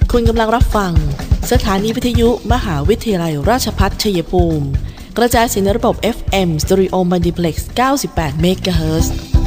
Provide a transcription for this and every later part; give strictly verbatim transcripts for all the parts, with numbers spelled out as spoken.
คุณกำลังรับฟังสถานีวิทยุมหาวิทยาลัยราชภัฏชัยภูมิกระจายเสียงในระบบ เอฟ เอ็ม Stereo Multiplex เก้าสิบแปด เมกะเฮิรตซ์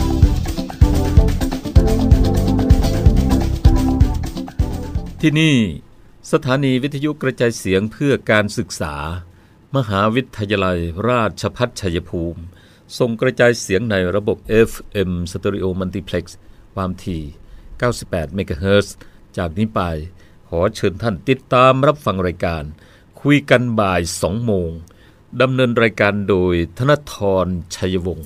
ที่นี่สถานีวิทยุกระจายเสียงเพื่อการศึกษามหาวิทยาลัยราชภัฏชัยภูมิส่งกระจายเสียงในระบบ เอฟ เอ็ม Stereo Multiplex ความถี่เก้าสิบแปด เมกะเฮิรตซ์ จากนี้ไปขอเชิญท่านติดตามรับฟังรายการคุยกันบ่ายสองโมงดำเนินรายการโดยธนธรชัยวงศ์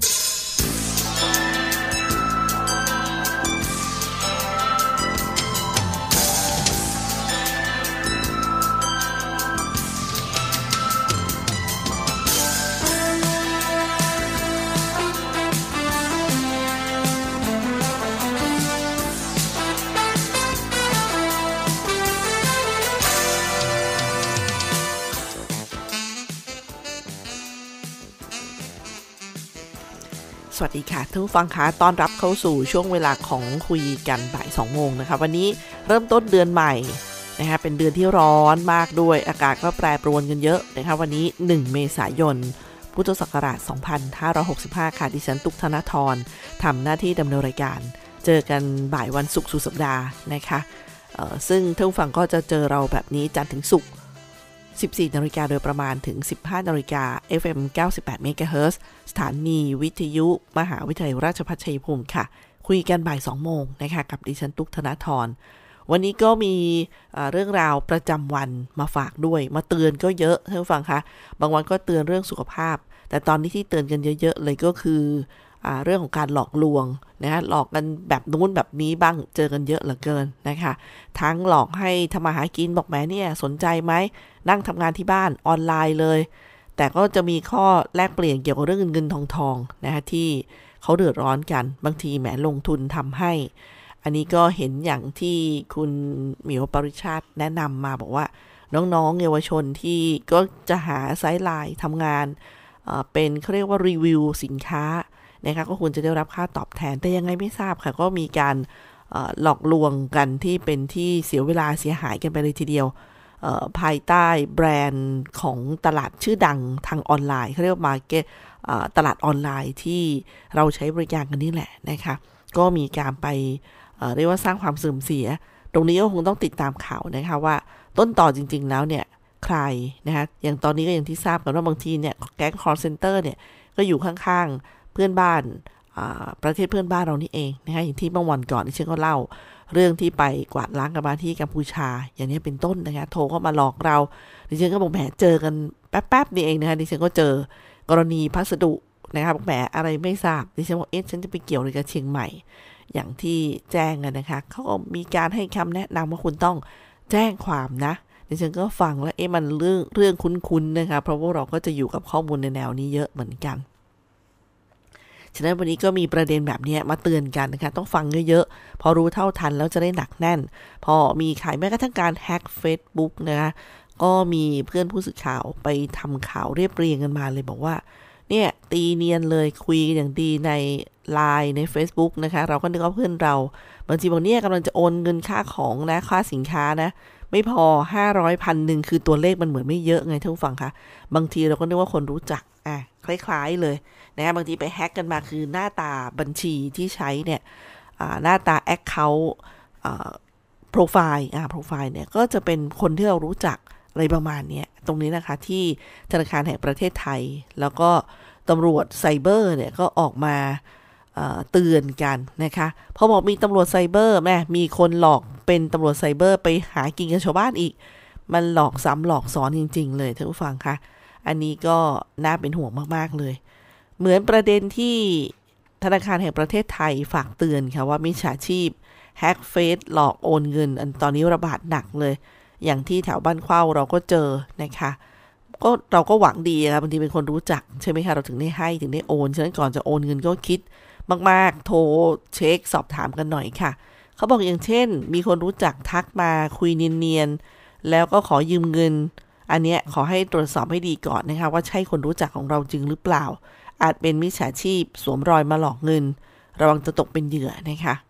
สวัสดีค่ะท่านผู้ฟังคะต้อนรับเข้าสู่ช่วงเวลาของคุยกันบ่ายสองโมงนะคะวันนี้เริ่มต้นเดือนใหม่นะคะเป็นเดือนที่ร้อนมากด้วยอากาศก็แปรปรวนกันเยอะนะคะวันนี้หนึ่งเมษายนพุทธศักราชสองพันห้าร้อยหกสิบห้าค่ะดิฉันตุ๊กธนธรทำหน้าที่ดำเนินรายการเจอกันบ่ายวันศุกร์สุดสัปดาห์นะคะเอ่อซึ่งท่านผู้ฟังก็จะเจอเราแบบนี้จันทร์ถึงศุกร์สิบสี่นาฬิกาโดยประมาณถึง สิบห้านาฬิกา เอฟ เอ็ม เก้าสิบแปด เมกะเฮิรตซ์ สถานีวิทยุมหาวิทยาลัยราชภัฏชัยภูมิค่ะคุยกันบ่ายสองโมงนะคะกับดิฉันตุ๊กธนธรวันนี้ก็มีเรื่องราวประจำวันมาฝากด้วยมาเตือนก็เยอะท่านผู้ฟังคะบางวันก็เตือนเรื่องสุขภาพแต่ตอนนี้ที่เตือนกันเยอะๆเลยก็คืออ่าเรื่องของการหลอกลวงนะหลอกกันแบบนู้นแบบนี้บ้างเจอกันเยอะเหลือเกินนะคะทั้งหลอกให้ทำมาหากินบอกแม่เนี่ยสนใจไหมนั่งทำงานที่บ้านออนไลน์เลยแต่ก็จะมีข้อแลกเปลี่ยนเกี่ยวกับเรื่องเงินเงินทองทองนะคะที่เขาเดือดร้อนกันบางทีแหมลงทุนทำให้อันนี้ก็เห็นอย่างที่คุณหมิวปริชาติแนะนำมาบอกว่าน้องๆเยาวชนที่ก็จะหาไซต์ไลน์ทำงานเอ่อเป็นเขาเรียกว่ารีวิวสินค้านะคะก็ควรจะได้รับค่าตอบแทนแต่ยังไงไม่ทราบค่ะก็มีการเอ่อหลอกลวงกันที่เป็นที่เสียเวลาเสียหายกันไปเลยทีเดียวภายใต้แบรนด์ของตลาดชื่อดังทางออนไลน์เขาเรียกว่ามาร์เก็ตตลาดออนไลน์ที่เราใช้บริการกันนี่แหละนะคะก็มีการไปเอ่อเรียกว่าสร้างความเสื่อมเสียตรงนี้ก็คงต้องติดตามข่าวนะคะว่าต้นต่อจริงๆแล้วเนี่ยใครนะคะอย่างตอนนี้ก็อย่างที่ทราบกันว่าบางทีเนี่ยแก๊ง call center เนี่ยก็อยู่ข้างๆเพื่อนบ้านประเทศเพื่อนบ้านเรานี่เองนะคะอย่างที่เมื่อวันก่อนที่ฉันก็เล่าเรื่องที่ไปกวาดล้างกันมาที่กัมพูชาอย่างนี้เป็นต้นนะคะโทรเข้ามาหลอกเราดิฉันก็บอกแหมเจอกันแป๊บๆนี่เองนะคะดิฉันก็เจอกรณีพัสดุนะคะบอกแหมอะไรไม่ทราบดิฉันบอกเอ๊ะฉันจะไปเกี่ยวอะไรกับเชียงใหม่อย่างที่แจ้งกันนะคะเขาก็มีการให้คำแนะนำว่าคุณต้องแจ้งความนะดิฉันก็ฟังแล้วเอ๊ะมันเรื่องเรื่องคุ้นๆนะคะเพราะว่าเราก็จะอยู่กับข้อมูลในแนวนี้เยอะเหมือนกันฉะนั้นวันนี้ก็มีประเด็นแบบนี้มาเตือนกันนะคะต้องฟังเยอะๆพอรู้เท่าทันแล้วจะได้หนักแน่นพอมีขายแม้กระทั่งการแฮ็ก Facebook นะคะก็มีเพื่อนผู้สื่อข่าวไปทำข่าวเรียบเรียงกันมาเลยบอกว่าเนี่ยตีเนียนเลยคุยอย่างดีใน ไลน์ ใน Facebook นะคะเราก็นึกว่าเพื่อนเราบางทีบอกเนี่ยกำลังจะโอนเงินค่าของนะค่าสินค้านะไม่พอห้าร้อย พันหนึ่งคือตัวเลขมันเหมือนไม่เยอะไงท่านผู้ฟังคะบางทีเราก็นึกว่าคนรู้จักอ่ะคล้ายๆเลยนะบางทีไปแฮ็กกันมาคือหน้าตาบัญชีที่ใช้เนี่ยหน้าตา Account โปรไฟล์อ่าโปรไฟล์เนี่ยก็จะเป็นคนที่เรารู้จักอะไรประมาณนี้ตรงนี้นะคะที่ธนาคารแห่งประเทศไทยแล้วก็ตำรวจไซเบอร์เนี่ยก็ออกมาเอ่อเตือนกันนะคะพอบอกมีตำรวจไซเบอร์แม่มีคนหลอกเป็นตำรวจไซเบอร์ไปหากินกับชาวบ้านอีกมันหลอกซ้ำหลอกซ้อนจริงๆเลยท่านผู้ฟังคะอันนี้ก็น่าเป็นห่วงมากๆเลยเหมือนประเด็นที่ธนาคารแห่งประเทศไทยฝากเตือนค่ะว่ามิจฉาชีพแฮกเฟซหลอกโอนเงินอันตอนนี้ระบาดหนักเลยอย่างที่แถวบ้านเข้าเราก็เจอนะคะก็เราก็หวังดีครับบางทีเป็นคนรู้จักใช่ไหมคะเราถึงได้ให้ถึงได้โอนฉะนั้นก่อนจะโอนเงินก็คิดมากๆโทรเช็คสอบถามกันหน่อยค่ะเขาบอกอย่างเช่นมีคนรู้จักทักมาคุยเนียนๆแล้วก็ขอยืมเงินอันเนี้ยขอให้ตรวจสอบให้ดีก่อนนะคะว่าใช่คนรู้จักของเราจริงหรือเปล่าอาจเป็นมิจฉาชีพสวมรอยมาหลอกเงินระวังจะตกเป็นเหยื่อนะคะ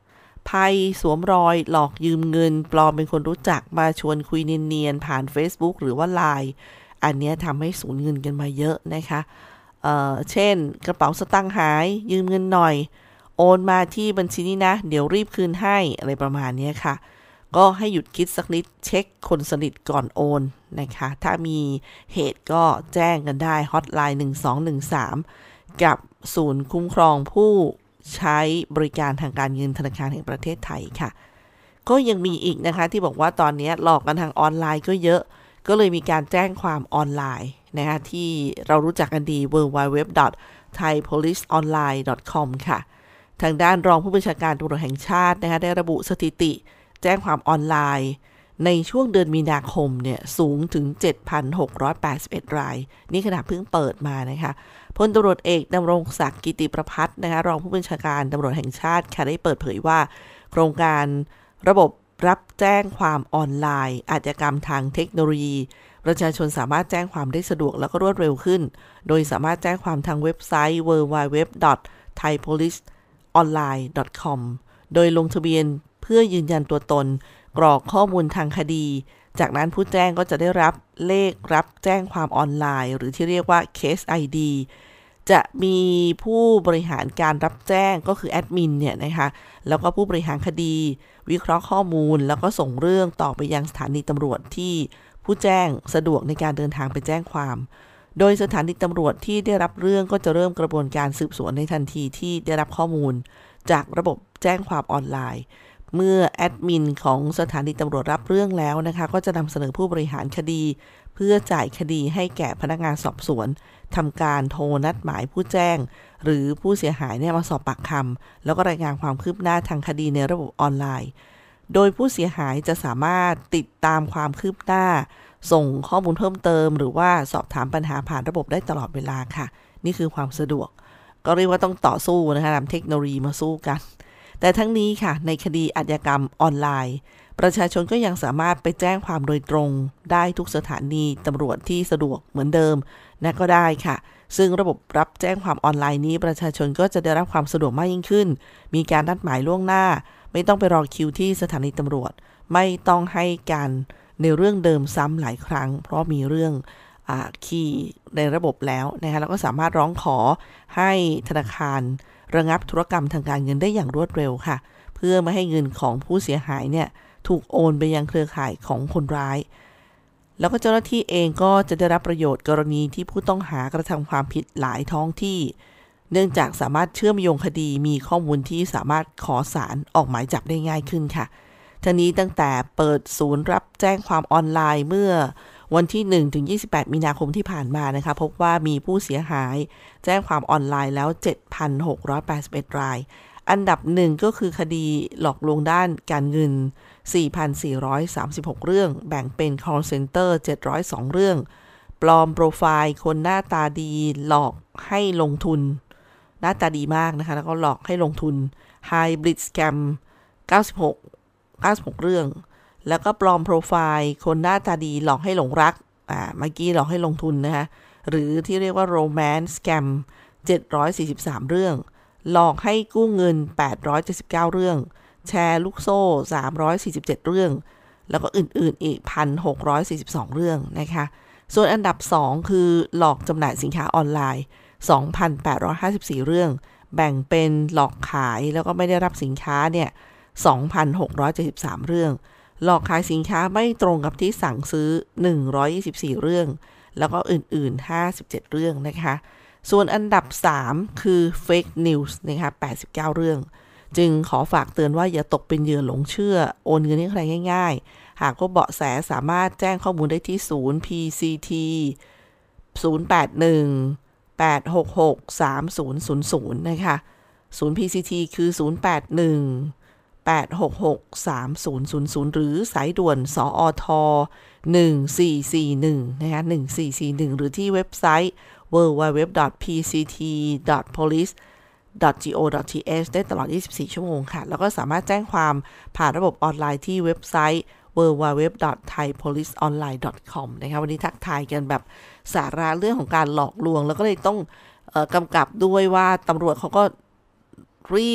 ภัยสวมรอยหลอกยืมเงินปลอมเป็นคนรู้จักมาชวนคุยเนียนๆผ่าน Facebook หรือว่า ไลน์ อันนี้ทำให้สูญเงินกันมาเยอะนะคะเอ่อเช่นกระเป๋าสตางค์หายยืมเงินหน่อยโอนมาที่บัญชีนี้นะเดี๋ยวรีบคืนให้อะไรประมาณนี้ค่ะก็ให้หยุดคิดสักนิดเช็คคนสนิทก่อนโอนนะคะถ้ามีเหตุก็แจ้งกันได้ฮอตไลน์หนึ่งสองหนึ่งสามกับศูนย์คุ้มครองผู้ใช้บริการทางการเงินธนาคารแห่งประเทศไทยค่ะก็ยังมีอีกนะคะที่บอกว่าตอนนี้หลอกกันทางออนไลน์ก็เยอะก็เลยมีการแจ้งความออนไลน์นะคะที่เรารู้จักกันดี ดับเบิลยู ดับเบิลยู ดับเบิลยู ดอท ไทยโพลิสออนไลน์ ดอท คอม ค่ะทางด้านรองผู้บัญชาการตำรวจแห่งชาตินะคะได้ระบุสถิติแจ้งความออนไลน์ในช่วงเดือนมีนาคมเนี่ยสูงถึง เจ็ดพันหกร้อยแปดสิบเอ็ด รายนี่ขณะเพิ่งเปิดมานะคะพลตำรวจเอกดำรงศักดิ์กิติประภัสนะคะรองผู้บัญชาการตำรวจแห่งชาติค่ะได้เปิดเผยว่าโครงการระบบรับแจ้งความออนไลน์อาชญากรรมทางเทคโนโลยีประชาชนสามารถแจ้งความได้สะดวกแล้วก็รวดเร็วขึ้นโดยสามารถแจ้งความทางเว็บไซต์ ดับเบิลยู ดับเบิลยู ดับเบิลยู ดอท ไทยโพลิสออนไลน์ ดอท คอม โดยลงทะเบียนเพื่อยืนยันตัวตนกรอกข้อมูลทางคดีจากนั้นผู้แจ้งก็จะได้รับเลขรับแจ้งความออนไลน์หรือที่เรียกว่า Case ไอ ดี จะมีผู้บริหารการรับแจ้งก็คือแอดมินเนี่ยนะคะแล้วก็ผู้บริหารคดีวิเคราะห์ข้อมูลแล้วก็ส่งเรื่องต่อไปยังสถานีตำรวจที่ผู้แจ้งสะดวกในการเดินทางไปแจ้งความโดยสถานีตำรวจที่ได้รับเรื่องก็จะเริ่มกระบวนการสืบสวนในทันทีที่ได้รับข้อมูลจากระบบแจ้งความออนไลน์เมื่อแอดมินของสถานีตำรวจรับเรื่องแล้วนะคะก็จะนำเสนอผู้บริหารคดีเพื่อจ่ายคดีให้แก่พนักงานสอบสวนทำการโทรนัดหมายผู้แจ้งหรือผู้เสียหายเนี่ยมาสอบปากคำแล้วก็รายงานความคืบหน้าทางคดีในระบบออนไลน์โดยผู้เสียหายจะสามารถติดตามความคืบหน้าส่งข้อมูลเพิ่มเติมหรือว่าสอบถามปัญหาผ่านระบบได้ตลอดเวลาค่ะนี่คือความสะดวกก็เรียกว่าต้องต่อสู้นะคะนำเทคโนโลยีมาสู้กันแต่ทั้งนี้ค่ะในคดีอาชญากรรมออนไลน์ประชาชนก็ยังสามารถไปแจ้งความโดยตรงได้ทุกสถานีตำรวจที่สะดวกเหมือนเดิมนะก็ได้ค่ะซึ่งระบบรับแจ้งความออนไลน์นี้ประชาชนก็จะได้รับความสะดวกมากยิ่งขึ้นมีการนัดหมายล่วงหน้าไม่ต้องไปรอคิวที่สถานีตำรวจไม่ต้องให้การในเรื่องเดิมซ้ำหลายครั้งเพราะมีเรื่องอ่าคีย์ในระบบแล้วนะคะแล้วก็สามารถร้องขอให้ธนาคารระงับธุรกรรมทางการเงินได้อย่างรวดเร็วค่ะเพื่อไม่ให้เงินของผู้เสียหายเนี่ยถูกโอนไปยังเครือข่ายของคนร้ายแล้วก็เจ้าหน้าที่เองก็จะได้รับประโยชน์กรณีที่ผู้ต้องหากระทำความผิดหลายท้องที่เนื่องจากสามารถเชื่อมโยงคดีมีข้อมูลที่สามารถขอศาลออกหมายจับได้ง่ายขึ้นค่ะทั้งนี้ตั้งแต่เปิดศูนย์รับแจ้งความออนไลน์เมื่อวันที่หนึ่งถึงยี่สิบแปดมีนาคมที่ผ่านมานะคะพบว่ามีผู้เสียหายแจ้งความออนไลน์แล้ว เจ็ดพันหกร้อยแปดสิบเอ็ด รายอันดับหนึ่งก็คือคดีหลอกลวงด้านการเงิน สี่พันสี่ร้อยสามสิบหก เรื่องแบ่งเป็น call center เจ็ดร้อยสอง เรื่องปลอมโปรไฟล์คนหน้าตาดีหลอกให้ลงทุนหน้าตาดีมากนะคะแล้วก็หลอกให้ลงทุน hybrid scam เก้าสิบหก เก้าสิบหก เรื่องแล้วก็ปลอมโปรไฟล์คนหน้าตาดีหลอกให้หลงรักอ่าเมื่อกี้หลอกให้ลงทุนนะคะหรือที่เรียกว่า romance scam เจ็ดร้อยสี่สิบสาม เรื่องหลอกให้กู้เงินแปดร้อยเจ็ดสิบเก้าเรื่องแชร์ลูกโซ่สามร้อยสี่สิบเจ็ดเรื่องแล้วก็อื่นๆอีก หนึ่งพันหกร้อยสี่สิบสอง เรื่องนะคะส่วนอันดับสองคือหลอกจำหน่ายสินค้าออนไลน์ สองพันแปดร้อยห้าสิบสี่ เรื่องแบ่งเป็นหลอกขายแล้วก็ไม่ได้รับสินค้าเนี่ย สองพันหกร้อยเจ็ดสิบสาม เรื่องหลอกขายสินค้าไม่ตรงกับที่สั่งซื้อหนึ่งร้อยยี่สิบสี่เรื่องแล้วก็อื่นๆห้าสิบเจ็ดเรื่องนะคะส่วนอันดับสามคือ fake news นะคะแปดสิบเก้าเรื่องจึงขอฝากเตือนว่าอย่าตกเป็นเหยื่อหลงเชื่อโอนเงินให้ใครง่ายๆหากพบเบาะแสสามารถแจ้งข้อมูลได้ที่ศูนย์ พี ซี ที ศูนย์ แปด หนึ่ง แปด หก หก สาม ศูนย์ ศูนย์ ศูนย์นะคะศูนย์ พี ซี ที คือ ศูนย์ แปด หนึ่ง แปด หก หก สาม ศูนย์ ศูนย์ ศูนย์หรือสายด่วนสอทหนึ่งสี่สี่หนึ่งนะคะหนึ่งสี่สี่หนึ่งหรือที่เว็บไซต์ ดับเบิลยู ดับเบิลยู ดับเบิลยู ดอท พี ซี ที ดอท โพลิส ดอท จี โอ ดอท ที เอช ได้ตลอดยี่สิบสี่ชั่วโมงค่ะแล้วก็สามารถแจ้งความผ่านระบบออนไลน์ที่เว็บไซต์ ดับเบิลยู ดับเบิลยู ดับเบิลยู ดอท ไทยโพลิสออนไลน์ ดอท คอม นะคะวันนี้ทักทายกันแบบสาระเรื่องของการหลอกลวงแล้วก็เลยต้องเอ่อกำกับด้วยว่าตำรวจเขาก็รีบ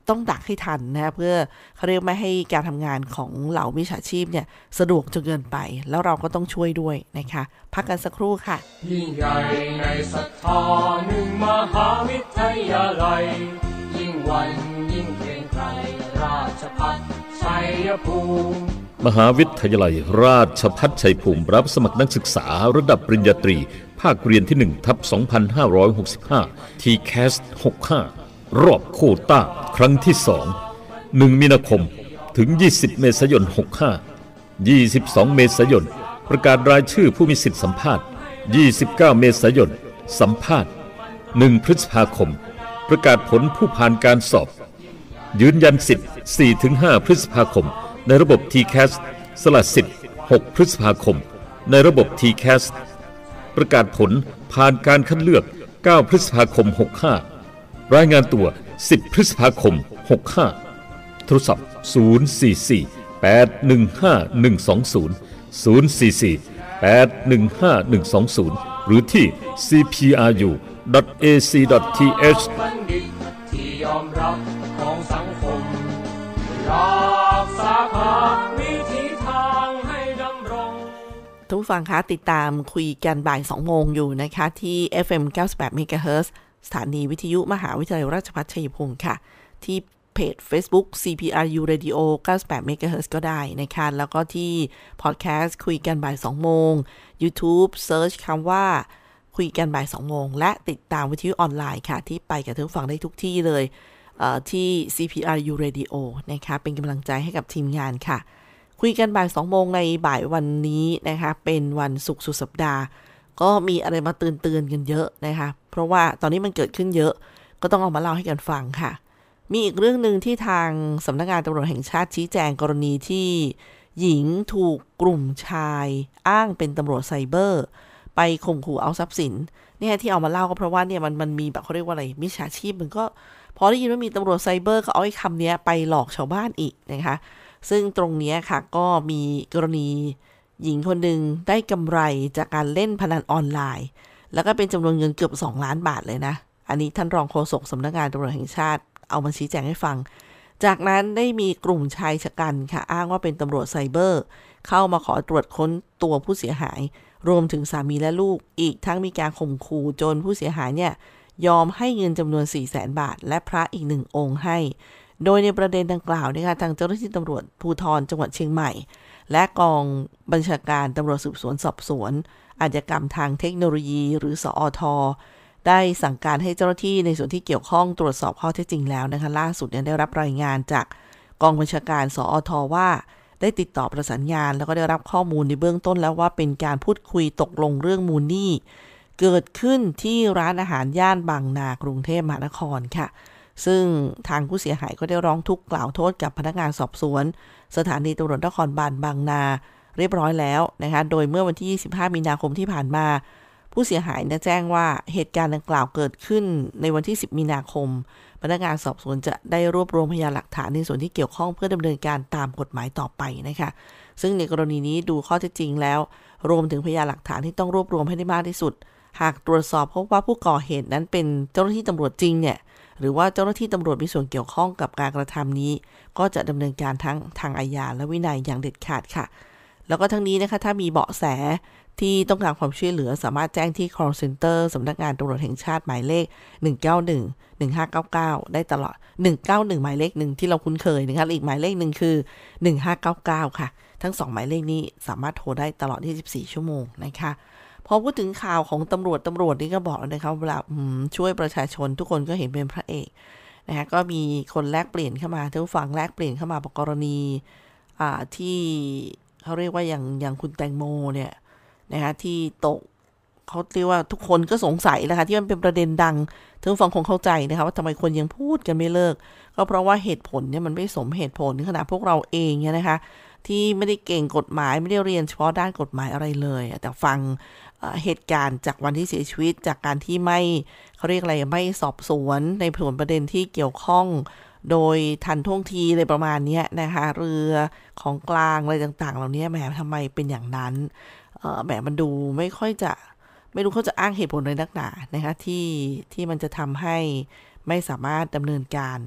ต้องดักให้ทันนะเพื่อเขาเรียกไม่ให้การทำงานของเหล่ามิจฉาชีพเนี่ยสะดวกจนเกินไปแล้วเราก็ต้องช่วยด้วยนะคะพักกันสักครู่ค่ะยิ่งใหญ่ในศรัทธาหนึ่งมหาวิทยาลัยยิ่งวันยิ่งเกรงไกรราชภัฏชัยภูมิมหาวิทยาลัยราชภัฏชัยภูมิรับสมัครนักศึกษาระดับปริญญาตรีภาคเรียนที่ หนึ่งทับสองพันห้าร้อยหกสิบห้า ที แคส หกสิบห้ารอบโควต้าครั้งที่สอง หนึ่งมีนาคมถึงยี่สิบเมษายนหกสิบห้า ยี่สิบสองเมษายนประกาศรายชื่อผู้มีสิทธิสัมภาษณ์ยี่สิบเก้าเมษายนสัมภาษณ์หนึ่งพฤษภาคมประกาศผลผู้ผ่านการสอบยืนยันสิทธิ์ สี่ถึงห้า พฤษภาคมในระบบ ที แคส สละสิทธิ์ หก พฤษภาคมในระบบ ที แคส ประกาศผลผ่านการคัดเลือก เก้า พฤษภาคม หกสิบห้ารายงานตัว สิบ พฤษภาคม หกสิบห้าโทรศัพท์ ศูนย์ สี่ สี่ แปด หนึ่ง ห้า หนึ่ง สอง ศูนย์ ศูนย์ สี่ สี่ แปด หนึ่ง ห้า หนึ่ง สอง ศูนย์ หรือที่ ซี พี อาร์ ยู ดอท เอ ซี ดอท ที เอชบัณฑิตที่ยอมรับของสังคมรักษาภาพวิถีทางให้ดำรงทุกฟังคะติดตามคุยกันบ่ายสองโมงอยู่นะคะที่ เอฟ เอ็ม เก้าสิบแปด เมกะเฮิรตซ์ สถานีวิทยุมหาวิทยาลัยราชภัฏชัยภูมิค่ะที่เพจ Facebook ซี พี อาร์ ยู Radio เก้าสิบแปด เมกะเฮิรตซ์ ก็ได้นะคะแล้วก็ที่พอดแคสต์คุยกันบ่ายสองโมง YouTube Search คำว่าคุยกันบ่ายสองโมงและติดตามวิทยุออนไลน์ค่ะที่ไปกับทุกฝั่งได้ทุกที่เลยที่ ซี พี อาร์ ยู Radio นะคะเป็นกำลังใจให้กับทีมงานค่ะคุยกันบ่ายสองโมงในบ่ายวันนี้นะคะเป็นวันศุกร์สุดสัปดาห์ก็มีอะไรมาเตือนๆกันเยอะนะคะเพราะว่าตอนนี้มันเกิดขึ้นเยอะก็ต้องเอามาเล่าให้กันฟังค่ะมีอีกเรื่องนึงที่ทางสำนักงานตำรวจแห่งชาติชี้แจงกรณีที่หญิงถูกกลุ่มชายอ้างเป็นตำรวจไซเบอร์ไปข่มขู่เอาทรัพย์สินเนี่ยที่เอามาเล่าก็เพราะว่าเนี่ยมันมันมีแบบเขาเรียกว่าอะไรมิจฉาชีพมันก็พอได้ยินว่ามีตำรวจไซเบอร์ก็เอาไอ้คำนี้ไปหลอกชาวบ้านอีกนะคะซึ่งตรงนี้ค่ะก็มีกรณีหญิงคนหนึ่งได้กำไรจากการเล่นพนันออนไลน์แล้วก็เป็นจำนวนเงินเกือบสองล้านบาทเลยนะอันนี้ท่านรองโฆษกสำนักงานตำรวจแห่งชาติเอามาชี้แจงให้ฟังจากนั้นได้มีกลุ่มชายชะกันค่ะอ้างว่าเป็นตำรวจไซเบอร์เข้ามาขอตรวจค้นตัวผู้เสียหายรวมถึงสามีและลูกอีกทั้งมีการข่มขู่จนผู้เสียหายเนี่ยยอมให้เงินจำนวน สี่แสน บาทและพระอีกหนึ่งองค์ให้โดยในประเด็นดังกล่าวนะคะทางเจ้าหน้าที่ตำรวจภูธรจังหวัดเชียงใหม่และกองบัญชาการตำรวจสืบสวนสอบสวนอาชญากรรมทางเทคโนโลยีหรือสอท.ได้สั่งการให้เจ้าหน้าที่ในส่วนที่เกี่ยวข้องตรวจสอบข้อเท็จจริงแล้วนะคะล่าสุดเนี่ยได้รับรายงานจากกองบัญชาการสอท.ว่าได้ติดต่อประสานงานแล้วก็ได้รับข้อมูลในเบื้องต้นแล้วว่าเป็นการพูดคุยตกลงเรื่องมูลหนี้เกิดขึ้นที่ร้านอาหารย่านบางนากรุงเทพมหานครค่ะซึ่งทางผู้เสียหายก็ได้ร้องทุกข์กล่าวโทษกับพนักงานสอบสวนสถานีตำรวจนครบาลบางนาเรียบร้อยแล้วนะคะโดยเมื่อวันที่ยี่สิบห้ามีนาคมที่ผ่านมาผู้เสียหายได้แจ้งว่าเหตุการณ์ดังกล่าวเกิดขึ้นในวันที่สิบมีนาคมพนักงานสอบสวนจะได้รวบรวมพยานหลักฐานในส่วนที่เกี่ยวข้องเพื่อดำเนินการตามกฎหมายต่อไปนะคะซึ่งในกรณีนี้ดูข้อเท็จจริงแล้วรวมถึงพยานหลักฐานที่ต้องรวบรวมให้ได้มากที่สุดหากตรวจสอบพบว่าผู้ก่อเหตุนั้นเป็นเจ้าหน้าที่ตำรวจจริงเนี่ยหรือว่าเจ้าหน้าที่ตำรวจมีส่วนเกี่ยวข้องกับการกระทำนี้ก็จะดำเนินการทั้งทางอาญาและวินัยอย่างเด็ดขาดค่ะแล้วก็ทั้งนี้นะคะถ้ามีเบาะแสที่ต้องการความช่วยเหลือสามารถแจ้งที่ call center สำนักงานตำรวจแห่งชาติหมายเลขหนึ่งเก้าหนึ่ง หนึ่งห้าเก้าเก้าได้ตลอดหนึ่งเก้าหนึ่งหมายเลขหนึ่งที่เราคุ้นเคยนะคะอีกหมายเลขหนึ่งคือหนึ่งห้าเก้าเก้าค่ะทั้งสองหมายเลขนี้สามารถโทรได้ตลอดยี่สิบสี่ชั่วโมงนะคะพอพูดถึงข่าวของตำรวจตำรวจนี่ก็บอกแล้วนะคะเวลาช่วยประชาชนทุกคนก็เห็นเป็นพระเอกนะคะก็มีคนแลกเปลี่ยนเข้ามาทุกฝั่งแลกเปลี่ยนเข้ามาบอกกรณีอ่าที่เขาเรียกว่าอย่างอย่างคุณแตงโมเนี่ยนะคะที่ตกเขาเรียกว่าทุกคนก็สงสัยนะคะที่มันเป็นประเด็นดังทุกฝั่งคงเข้าใจนะคะว่าทำไมคนยังพูดกันไม่เลิกก็เพราะว่าเหตุผลเนี่ยมันไม่สมเหตุผลขนาดพวกเราเองเนี่ยนะคะที่ไม่ได้เก่งกฎหมายไม่ได้เรียนเฉพาะด้านกฎหมายอะไรเลยแต่ฟังเหตุการณ์จากวันที่เสียชีวิตจากการที่ไม่เขาเรียกอะไรไม่สอบสวนในผลประเด็นที่เกี่ยวข้องโดยทันท่วงทีอะไรประมาณนี้นะคะเรือของกลางอะไรต่างๆเหล่านี้แหมทำไมเป็นอย่างนั้นแหมมันดูไม่ค่อยจะไม่รู้เขาจะอ้างเหตุผลอะไรนักหนานะคะที่ที่มันจะทำให้ไม่สามารถดำเนินการ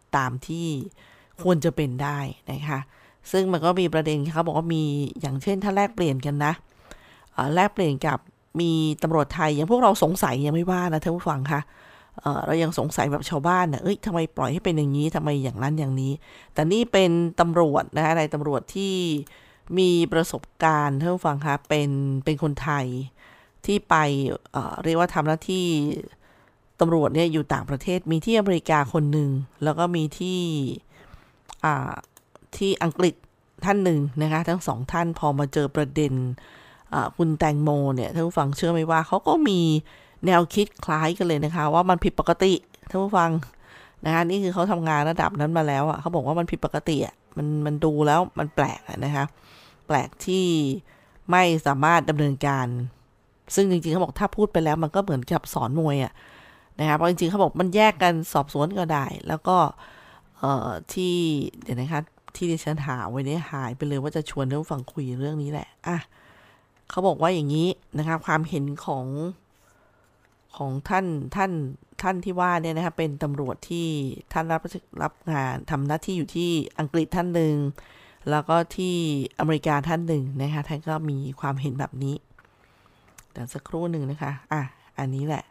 ตามที่ควรจะเป็นได้นะคะซึ่งมันก็มีประเด็นเขาบอกว่ามีอย่างเช่นถ้าแลกเปลี่ยนกันนะแลกเปลี่ยนกับมีตำรวจไทยอย่างพวกเราสงสัยยังไม่ว่านะท่านผู้ฟังค่ะเอ่อเรายังสงสัยแบบชาวบ้านนะเอ้ยทำไมปล่อยให้เป็นอย่างนี้ทำไมอย่างนั้นอย่างนี้แต่นี่เป็นตำรวจนะอะไรตำรวจที่มีประสบการณ์ท่านผู้ฟังคะเป็นเป็นคนไทยที่ไปเอ่อเรียกว่าทำหน้าที่ตำรวจเนี่ยอยู่ต่างประเทศมีที่อเมริกาคนหนึ่งแล้วก็มีที่อ่าที่อังกฤษท่านหนึ่งนะคะทั้งสองท่านพอมาเจอประเด็นคุณแตงโมเนี่ยท่านผู้ฟังเชื่อไหมว่าเขาก็มีแนวคิดคล้ายกันเลยนะคะว่ามันผิดปกติท่านผู้ฟังนะคะนี่คือเขาทำงานระดับนั้นมาแล้วอ่ะเขาบอกว่ามันผิดปกติอ่ะมันมันดูแล้วมันแปลกนะคะแปลกที่ไม่สามารถดำเนินการซึ่งจริงๆเขาบอกถ้าพูดไปแล้วมันก็เหมือนกับสอนมวยอ่ะนะคะเพราะจริงๆเขาบอกมันแยกกันสอบสวนก็ได้แล้วก็เอ่อที่เดี๋ยวนะคะที่ดิฉันหาไว้เนี่ยหายไปเลยว่าจะชวนท่านผู้ฟังคุยเรื่องนี้แหละอ่ะเขาบอกว่าอย่างนี้นะคะความเห็นของของท่านท่านท่านที่ว่าเนี่ยนะคะเป็นตำรวจที่ท่านรับรับงานทำหน้าที่อยู่ที่อังกฤษท่านหนึ่งแล้วก็ที่อเมริกาท่านหนึ่งนะคะท่านก็มีความเห็นแบบนี้เดี๋ยวสักครู่หนึ่งนะคะอ่ะอันนี้แหละ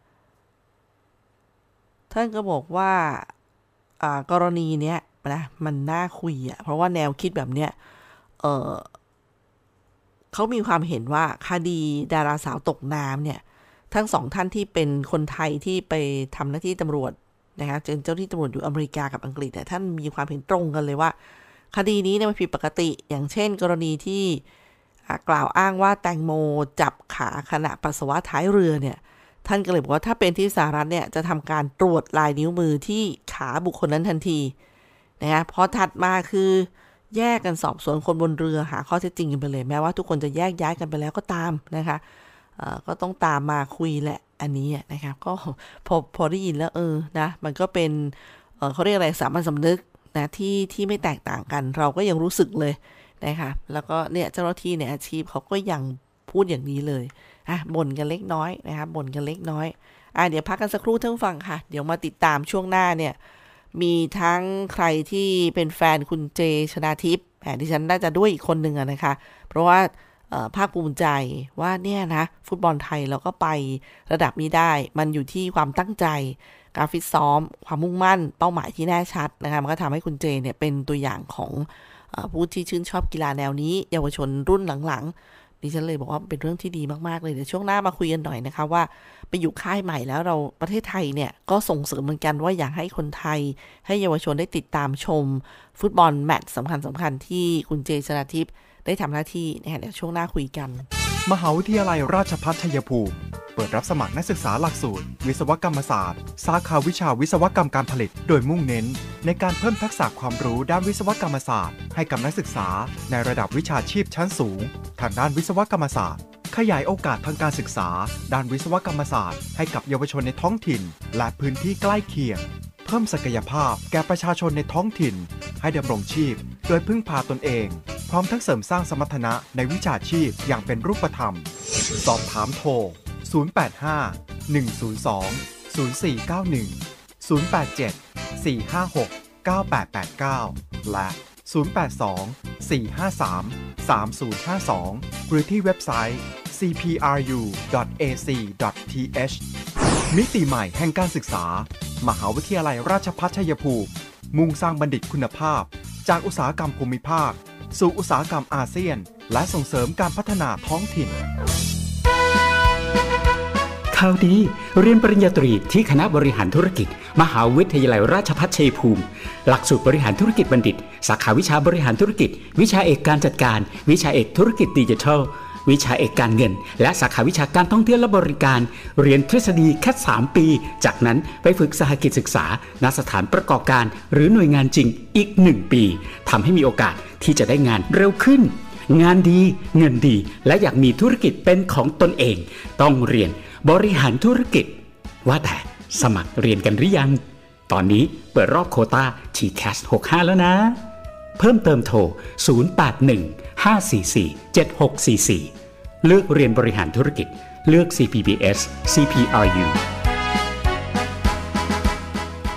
ท่านก็บอกว่าอ่ากรณีเนี้ยนะมันน่าคุยอ่ะเพราะว่าแนวคิดแบบเนี้ยเออเขามีความเห็นว่าคดีดาราสาวตกน้ำเนี่ยทั้งสองท่านที่เป็นคนไทยที่ไปทำหน้าที่ตำรวจนะคะเป็นเจ้าที่ตำรวจอยู่อเมริกากับอังกฤษเนี่ยท่านมีความเห็นตรงกันเลยว่าคดีนี้เนี่ยมันผิดปกติอย่างเช่นกรณีที่กล่าวอ้างว่าแตงโมจับขาขณะปัสสาวะท้ายเรือเนี่ยท่านก็เลยบอกว่าถ้าเป็นที่สหรัฐเนี่ยจะทำการตรวจลายนิ้วมือที่ขาบุคคลนั้นทันทีนะคะพอถัดมาคือแยกกันสอบสวนคนบนเรือหาข้อเท็จจริงกันไปเลยแม้ว่าทุกคนจะแยกย้ายกันไปแล้วก็ตามนะคะก็ต้องตามมาคุยแหละอันนี้นะคะก็พอพอได้ยินแล้วเออนะมันก็เป็น เอ่อเขาเรียกอะไรสามัญสำนึกนะที่ที่ไม่แตกต่างกันเราก็ยังรู้สึกเลยนะคะแล้วก็เนี่ยเจ้าหน้าที่ในอาชีพเขาก็ยังพูดอย่างนี้เลยอ่ะบ่นกันเล็กน้อยนะคะบ่นกันเล็กน้อยอ่ะเดี๋ยวพักกันสักครู่ท่านผู้ฟังค่ะเดี๋ยวมาติดตามช่วงหน้าเนี่ยมีทั้งใครที่เป็นแฟนคุณเจชนาทิพย์แหมดิฉันน่าจะด้วยอีกคนหนึ่งอะนะคะเพราะว่าภาคภูมิใจว่าเนี่ยนะฟุตบอลไทยเราก็ไประดับนี้ได้มันอยู่ที่ความตั้งใจการฟิตซ้อมความมุ่งมั่นเป้าหมายที่แน่ชัดนะคะมันก็ทำให้คุณเจเนี่ยเป็นตัวอย่างของเอ่อผู้ที่ชื่นชอบกีฬาแนวนี้เยาวชนรุ่นหลังๆดิฉันเลยบอกว่าเป็นเรื่องที่ดีมากๆเลยเดี๋ยวช่วงหน้ามาคุยกันหน่อยนะคะว่าไปอยู่ค่ายใหม่แล้วเราประเทศไทยเนี่ยก็ส่งเสริมเหมือนกันว่าอยากให้คนไทยให้เยาวชนได้ติดตามชมฟุตบอลแมตช์สำคัญสำคัญที่คุณเจชนาทิพย์ได้ทำหน้าที่นะคะเดี๋ยวช่วงหน้าคุยกันมหาวิทยาลัยราชภัฏชัยภูมิเปิดรับสมัครนักศึกษาหลักสูตรวิศวกรรมศาสตร์สาขาวิชาวิศวกรรมการผลิตโดยมุ่งเน้นในการเพิ่มทักษะความรู้ด้านวิศวกรรมศาสตร์ให้กับนักศึกษาในระดับวิชาชีพชั้นสูงทางด้านวิศวกรรมศาสตร์ขยายโอกาสทางการศึกษาด้านวิศวกรรมศาสตร์ให้กับเยาวชนในท้องถิ่นและพื้นที่ใกล้เคียงเพิ่มศักยภาพแก่ประชาชนในท้องถิ่นให้ดำรงชีพโดยพึ่งพาตนเองพร้อมทั้งเสริมสร้างสมรรถนะในวิชาชีพอย่างเป็นรูปธรรมสอบถามโทรศูนย์ แปด ห้า หนึ่ง ศูนย์ สอง ศูนย์ สี่ เก้า หนึ่ง ศูนย์ แปด เจ็ด สี่ ห้า หก เก้า แปด แปด เก้าและศูนย์ แปด สอง สี่ ห้า สาม สาม ศูนย์ ห้า สองหรือที่เว็บไซต์ ซี พี อาร์ ยู ดอท เอ ซี ดอท ที เอช มิติใหม่แห่งการศึกษามหาวิทยาลัยราชภัฏชัยภูมิมุ่งสร้างบัณฑิตคุณภาพจากอุตสาหกรรมภูมิภาคสู่อุตสาหกรรมอาเซียนและส่งเสริมการพัฒนาท้องถิ่นข่าวดีเรียนปริญญาตรีที่คณะบริหารธุรกิจมหาวิทยาลัยราชภัฏชัยภูมิหลักสูตรบริหารธุรกิจบัณฑิตสาขาวิชาบริหารธุรกิจวิชาเอกการจัดการวิชาเอกธุรกิจดิจิทัลวิชาเอกการเงินและสาขาวิชาการท่องเที่ยวและบริการเรียนทฤษฎีแค่สามปีจากนั้นไปฝึกสหกิจศึกษาณสถานประกอบการหรือหน่วยงานจริงอีกหนึ่งปีทำให้มีโอกาสที่จะได้งานเร็วขึ้นงานดีเงินดีและอยากมีธุรกิจเป็นของตนเองต้องเรียนบริหารธุรกิจว่าแต่สมัครเรียนกันหรือยังตอนนี้เปิดรอบโควต้า ที แคส หกสิบห้า แล้วนะเพิ่มเติมโทรศูนย์ แปด หนึ่ง ห้า สี่ สี่ เจ็ด หก สี่ สี่เลือกเรียนบริหารธุรกิจเลือก ซี พี บี เอส ซี พี อาร์ ยูค่ะ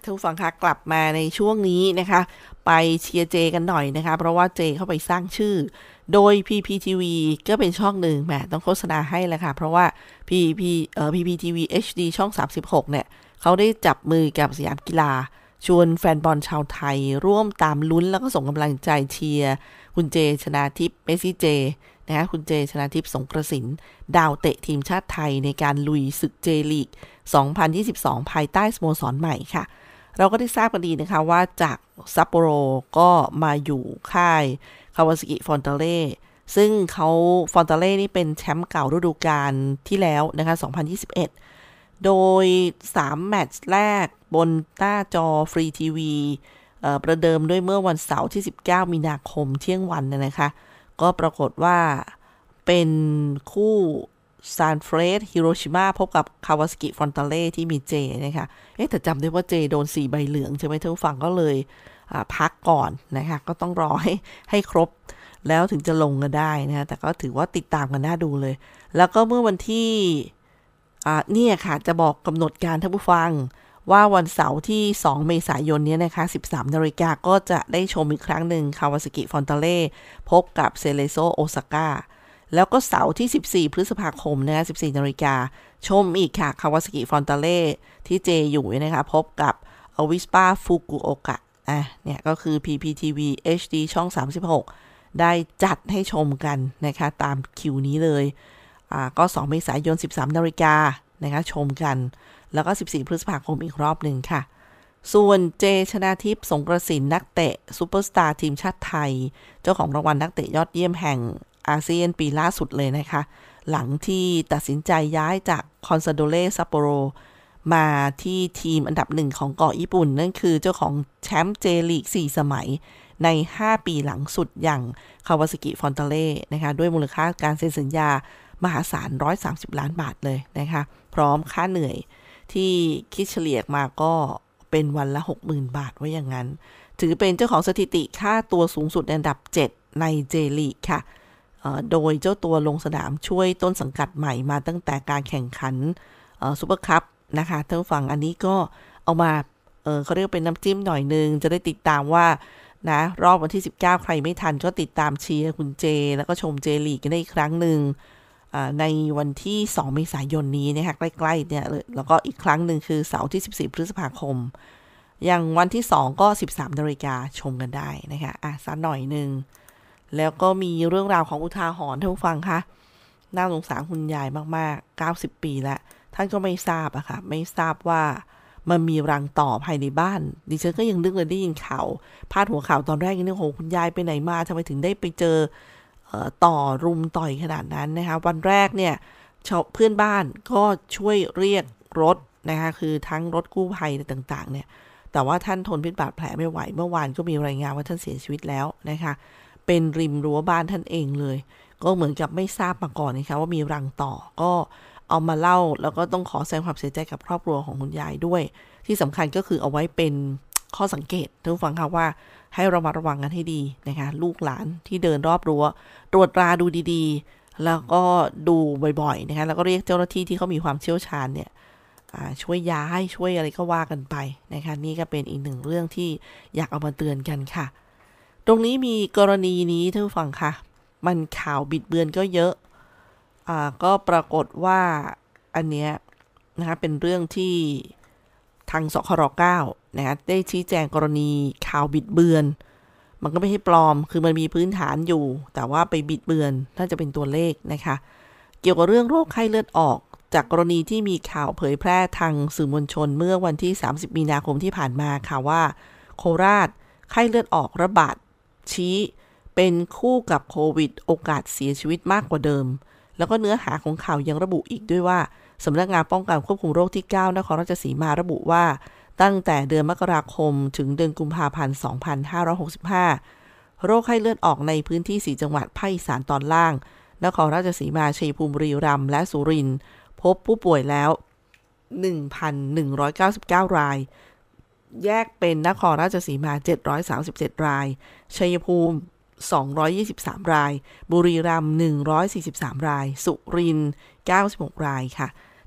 ท่านผู้ฟังคะกลับมาในช่วงนี้นะคะไปเชียร์เจกันหน่อยนะคะเพราะว่าเจเข้าไปสร้างชื่อโดย พี พี ที วี ก็เป็นช่องหนึ่งแหมต้องโฆษณาให้แหละค่ะเพราะว่า พี พี เอ่อ พี พี ที วี เอช ดี ช่องสามสิบหกเนี่ยเขาได้จับมือกับสยามกีฬาชวนแฟนบอลชาวไทยร่วมตามลุ้นแล้วก็ส่งกำลังใจเชียร์คุณเจชนาทิพย์เมสซี่เจนะคะคุณเจชนาทิพย์สงกระสินดาวเตะทีมชาติไทยในการลุยศึกเจลีกสองพันยี่สิบสองภายใต้สโมสรใหม่ค่ะเราก็ได้ทราบกันดีนะคะว่าจากซัปโปโรก็มาอยู่ค่ายคาวาซากิฟอนตาเล่ซึ่งเขาฟอนตาเล่นี่เป็นแชมป์เก่าฤดูกาลที่แล้วนะคะสองพันยี่สิบเอ็ดโดยสามแมตช์แรกบนหน้าจอฟรีทีวีเอ่อประเดิมด้วยเมื่อวันเสาร์ที่สิบเก้ามีนาคมเที่ยงวันนะคะก็ปรากฏว่าเป็นคู่ซานเฟรสฮิโรชิมาพบกับคาวาซากิฟอนตาเล่ที่มีเจนะคะเอ๊ะแต่จำได้ว่าเจโดนสี่ใบเหลืองใช่ไหมท่านผู้ฟังก็เลยพักก่อนนะคะก็ต้องรอให้ให้ครบแล้วถึงจะลงกันได้นะแต่ก็ถือว่าติดตามกันน่าดูเลยแล้วก็เมื่อวันที่อ่าเนี่ยค่ะจะบอกกำหนดการท่านผู้ฟังว่าวันเสาร์ที่สองเมษายนนี้นะคะ สิบสามนาฬิกา นก็จะได้ชมอีกครั้งหนึ่งคาวาซากิฟอนตาเล่พบกับเซเลโซโอซาก้าแล้วก็เสาร์ที่สิบสี่พฤษภาคมนะคะ สิบสี่นาฬิกา นชมอีกค่ะคาวาซากิฟอนตาเล่ที่เจอยู่นะคะพบกับอวิสปาฟุกุโอกะอ่ะเนี่ยก็คือ พี พี ที วี เอช ดี ช่องสามสิบหกได้จัดให้ชมกันนะคะตามคิวนี้เลยอ่าก็สองเมษายน สิบสามนาฬิกา นนะคะชมกันแล้วก็สิบสี่พฤษภาคมอีกรอบหนึ่งค่ะส่วนเจชนาทิพย์สงกระสินนักเตะซุปเปอร์สตาร์ทีมชาติไทยเจ้าของรางวัลนักเตะยอดเยี่ยมแห่งอาเซียนปีล่าสุดเลยนะคะหลังที่ตัดสินใจย้ายจากคอนซาโดเล่ซัปโปโรมาที่ทีมอันดับหนึ่งของเกาะญี่ปุ่นนั่นคือเจ้าของแชมป์เจลีกสี่สมัยในห้าปีหลังสุดอย่างคาวาซากิฟอนตาเล่นะคะด้วยมูลค่าการเซ็นสัญญามหาศาลหนึ่งร้อยสามสิบล้านบาทเลยนะคะพร้อมค่าเหนื่อยที่คิดเฉลี่ยมาก็เป็นวันละ หกหมื่น บาทว่าอย่างนั้นถือเป็นเจ้าของสถิติค่าตัวสูงสุดในอันดับเจ็ดในเจลีกค่ะโดยเจ้าตัวลงสนามช่วยต้นสังกัดใหม่มาตั้งแต่การแข่งขันซุปเปอร์คัพนะคะท่านผู้ฟังอันนี้ก็เอามา เออเขาเรียกเป็นน้ำจิ้มหน่อยนึงจะได้ติดตามว่านะรอบวันที่สิบเก้าใครไม่ทันก็ติดตามเชียร์คุณเจแล้วก็ชมเจลีกกันได้อีกครั้งหนึ่งในวันที่สองเมษายนนี้นะคะใกล้ๆเนี่ยแล้วก็อีกครั้งหนึ่งคือเสาร์ที่สิบสี่พฤษภาคมอย่างวันที่สองก็สิบสามนาฬิกาชมกันได้นะคะอ่ะสักหน่อยนึงแล้วก็มีเรื่องราวของอุทาหรณ์ท่านผู้ฟังคะน่าสงสารคุณยายมากๆเก้าสิบปีแล้วท่านก็ไม่ทราบอะค่ะไม่ทราบว่ามันมีรังต่อภายในบ้านดิฉันก็ยังนึกเลยได้ยินข่าวพาดหัวข่าวตอนแรกนี่โหคุณยายไปไหนมาทำไมถึงได้ไปเจอต่อรุมต่อยขนาดนั้นนะคะวันแรกเนี่ยเพื่อนบ้านก็ช่วยเรียกรถนะคะคือทั้งรถกู้ภัยต่างๆเนี่ยแต่ว่าท่านทนพิษบาดแผลไม่ไหวเมื่อวานก็มีรายงานว่าท่านเสียชีวิตแล้วนะคะเป็นริมรั้วบ้านท่านเองเลยก็เหมือนกับไม่ทราบมาก่อนนะคะว่ามีรังต่อก็เอามาเล่าแล้วก็ต้องขอแสดงความเสียใจกับครอบครัวของคุณยายด้วยที่สำคัญก็คือเอาไว้เป็นข้อสังเกตท่านผู้ฟังค่ะว่าให้ระมัดระวังกันให้ดีนะคะลูกหลานที่เดินรอบรั้วตรวจตราดูดีๆแล้วก็ดูบ่อยๆนะคะแล้วก็เรียกเจ้าหน้าที่ที่เขามีความเชี่ยวชาญเนี่ยช่วยย้ายช่วยอะไรก็ว่ากันไปนะคะนี่ก็เป็นอีกหนึ่งเรื่องที่อยากเอามาเตือนกันค่ะตรงนี้มีกรณีนี้ท่านผู้ฟังค่ะมันข่าวบิดเบือนก็เยอะอ่าก็ปรากฏว่าอันเนี้ยนะคะเป็นเรื่องที่ทางสครเก้านะคะได้ชี้แจงกรณีข่าวบิดเบือนมันก็ไม่ใช่ปลอมคือมันมีพื้นฐานอยู่แต่ว่าไปบิดเบือนน่าจะเป็นตัวเลขนะคะเกี่ยวกับเรื่องโรคไข้เลือดออกจากกรณีที่มีข่าวเผยแพร่ทางสื่อมวลชนเมื่อวันที่สามสิบมีนาคมที่ผ่านมาค่ะว่าโคราชไข้เลือดออกระบาดชี้เป็นคู่กับโควิดโอกาสเสียชีวิตมากกว่าเดิมแล้วก็เนื้อหาของข่าวยังระบุอีกด้วยว่าสำนักงานป้องกันควบคุมโรคที่เก้านครราชสีมาระบุว่าตั้งแต่เดือนมกราคมถึงเดือนกุมภาพันธ์สองพันห้าร้อยหกสิบห้าโรคไข้เลือดออกในพื้นที่สี่จังหวัดภาคอีสานตอนล่างนครราชสีมาชัยภูมิบุรีรัมย์และสุรินทร์พบผู้ป่วยแล้ว หนึ่งพันหนึ่งร้อยเก้าสิบเก้า รายแยกเป็นนครราชสีมาเจ็ดร้อยสามสิบเจ็ดรายชัยภูมิสองร้อยยี่สิบสามรายบุรีรัมย์หนึ่งร้อยสี่สิบสามรายสุรินทร์เก้าสิบหกรายค่ะ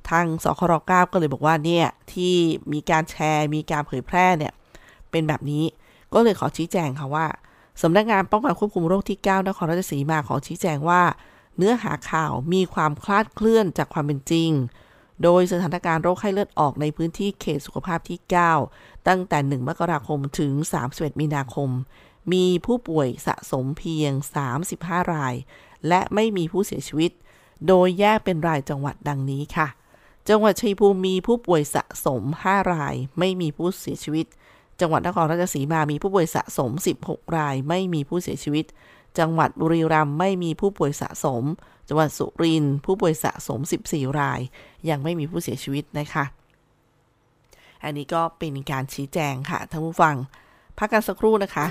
ทางสครเก้าก็เลยบอกว่าเนี่ยที่มีการแชร์มีการเผยแพร่เนี่ยเป็นแบบนี้ก็เลยขอชี้แจงค่ะว่าสำนักงานป้องกันควบคุมโรคที่เก้านครราชสีมาขอชี้แจงว่าเนื้อหาข่าวมีความคลาดเคลื่อนจากความเป็นจริงโดยสถานการณ์โรคไข้เลือดออกในพื้นที่เขตสุขภาพที่เก้าตั้งแต่หนึ่งมกราคมถึงสามสิบเอ็ดมีนาคมมีผู้ป่วยสะสมเพียงสามสิบห้ารายและไม่มีผู้เสียชีวิตโดยแยกเป็นรายจังหวัดดังนี้ค่ะจังหวัดชัยภูมิมีผู้ป่วยสะสมห้ารายไม่มีผู้เสียชีวิตจังหวัดนครราชสีมามีผู้ป่วยสะสมสิบหกรายไม่มีผู้เสียชีวิตจังหวัดบุรีรัมย์ไม่มีผู้ป่วยสะสมจังหวัดสุรินทร์ผู้ป่วยสะสมสิบสี่รายยังไม่มีผู้เสียชีวิตนะคะอันนี้ก็เป็นการชี้แจงค่ะท่านผู้ฟังพักกันสักครู่นะคะ